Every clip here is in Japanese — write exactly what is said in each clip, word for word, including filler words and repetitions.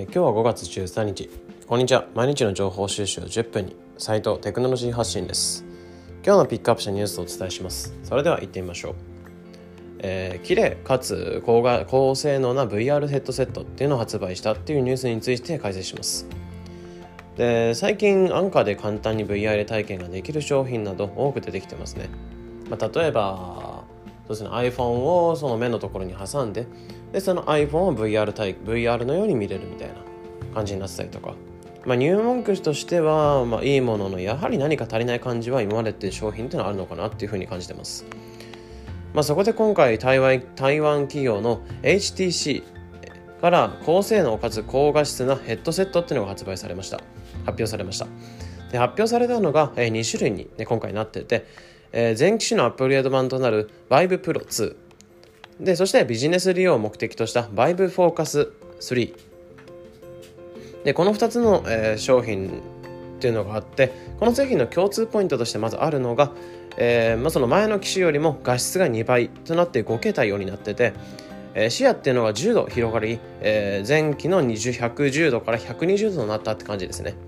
えー、今日はごがつじゅうさんにち。こんにちは。毎日の情報収集をじゅっぷんに、斉藤テクノロジー発信です。今日のピックアップしたニュースをお伝えします。それでは行ってみましょう。えー、綺麗かつ 高, が高性能な ブイアール ヘッドセットっていうのを発売したっていうニュースについて解説します。で最近安価で簡単に ブイアール 体験ができる商品など多く出てきてますね。まあ、例えばそうですね、iPhone をその目のところに挟んで、でその iPhone を ブイアール 体 ブイアール のように見れるみたいな感じになってたりとか、まあ、入門句としては、まあ、いいもののやはり何か足りない感じは今までって商品っていうのはあるのかなっていうふうに感じてます。まあ、そこで今回台湾、台湾企業の エイチティーシー から高性能かつ高画質なヘッドセットっていうのが発売されました発表されました。で発表されたのがにしゅるいに、ね、今回なってて、えー、前機種のアップグレード版となる Vive Pro ツーで、そしてビジネス利用を目的とした Vive Focus スリーで、このふたつの、えー、商品っていうのがあって、この製品の共通ポイントとしてまずあるのが、えーまあ、その前の機種よりも画質がにばいとなってごけい対応になってて、えー、視野っていうのがじゅうど広がり、えー、前期のひゃくじゅうどからひゃくにじゅうどになったって感じですね。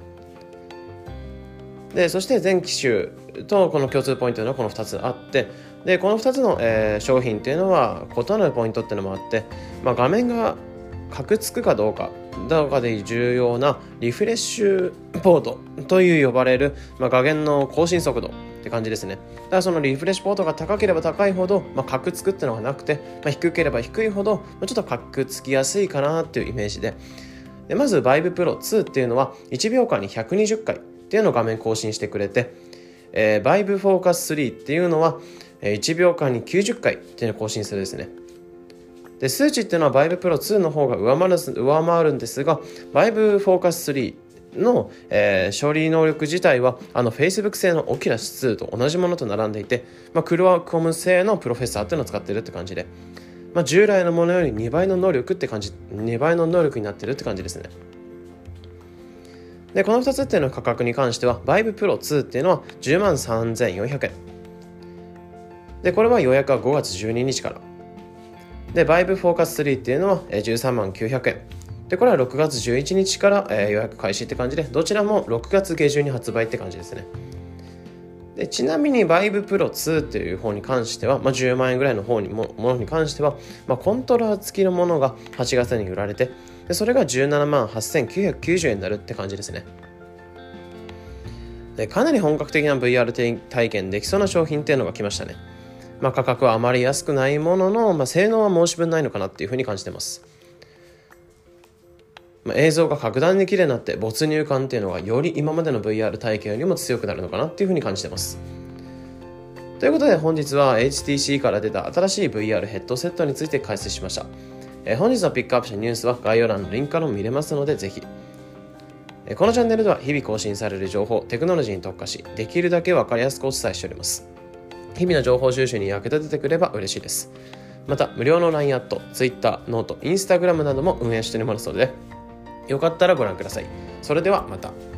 でそして前機種とこの共通ポイントのこのふたつあって、でこのふたつの、えー、商品っていうのは異なるポイントっていうのもあって、まあ、画面がカクつくかどうかどうかで重要なリフレッシュポートという呼ばれる、まあ、画面の更新速度って感じですね。だからそのリフレッシュポートが高ければ高いほど、まあ、カクつくっていうのがなくて、まあ、低ければ低いほど、まあ、ちょっとカクつきやすいかなっていうイメージで、でまず Vive Pro ツーっていうのはいちびょうかんにひゃくにじゅっかいっていうのを画面更新してくれて、えー、Vive Focus スリーっていうのはいちびょうかんにきゅうじゅっかいっていうのを更新するですね。で数値っていうのは Vive Pro ツーの方が上回る、上回るんですが、 Vive Focus スリーの、えー、処理能力自体はあの Facebook 製の Oculus ツーと同じものと並んでいて、まあ、クルアコム製のプロフェッサーっていうのを使ってるって感じで、まあ、従来のものよりにばいの能力って感じにばいの能力になってるって感じですね。でこのふたつっていうの価格に関しては Vive Pro ツーっていうのはじゅうまんさんぜんよんひゃくえんで、これは予約はごがつじゅうににちからで、Vive Focus スリーっていうのはじゅうさんまんきゅうひゃくえんで、これはろくがつじゅういちにちから予約開始って感じで、どちらもろくがつげじゅんに発売って感じですね。でちなみに Vive Pro ツーっていう方に関しては、まあ、じゅうまんえんぐらいの方にもものに関しては、まあ、コントローラー付きのものがはちがつに売られて、でそれがじゅうななまんはっせんきゅうひゃくきゅうじゅうえんになるって感じですね。でかなり本格的な ブイアール 体験できそうな商品っていうのが来ましたね。まあ、価格はあまり安くないものの、まあ、性能は申し分ないのかなっていうふうに感じてます。まあ、映像が格段に綺麗になって没入感っていうのがより今までの ブイアール 体験よりも強くなるのかなっていうふうに感じてます。ということで本日は エイチティーシー から出た新しい ブイアール ヘッドセットについて解説しました。えー、本日のピックアップしたニュースは概要欄のリンクからも見れますのでぜひ。えー、このチャンネルでは日々更新される情報、テクノロジーに特化し、できるだけ分かりやすくお伝えしております。日々の情報収集に役立ててくれば嬉しいです。また無料の ライン アット、Twitter、ノート、Instagram なども運営しておりますので、よかったらご覧ください。それではまた。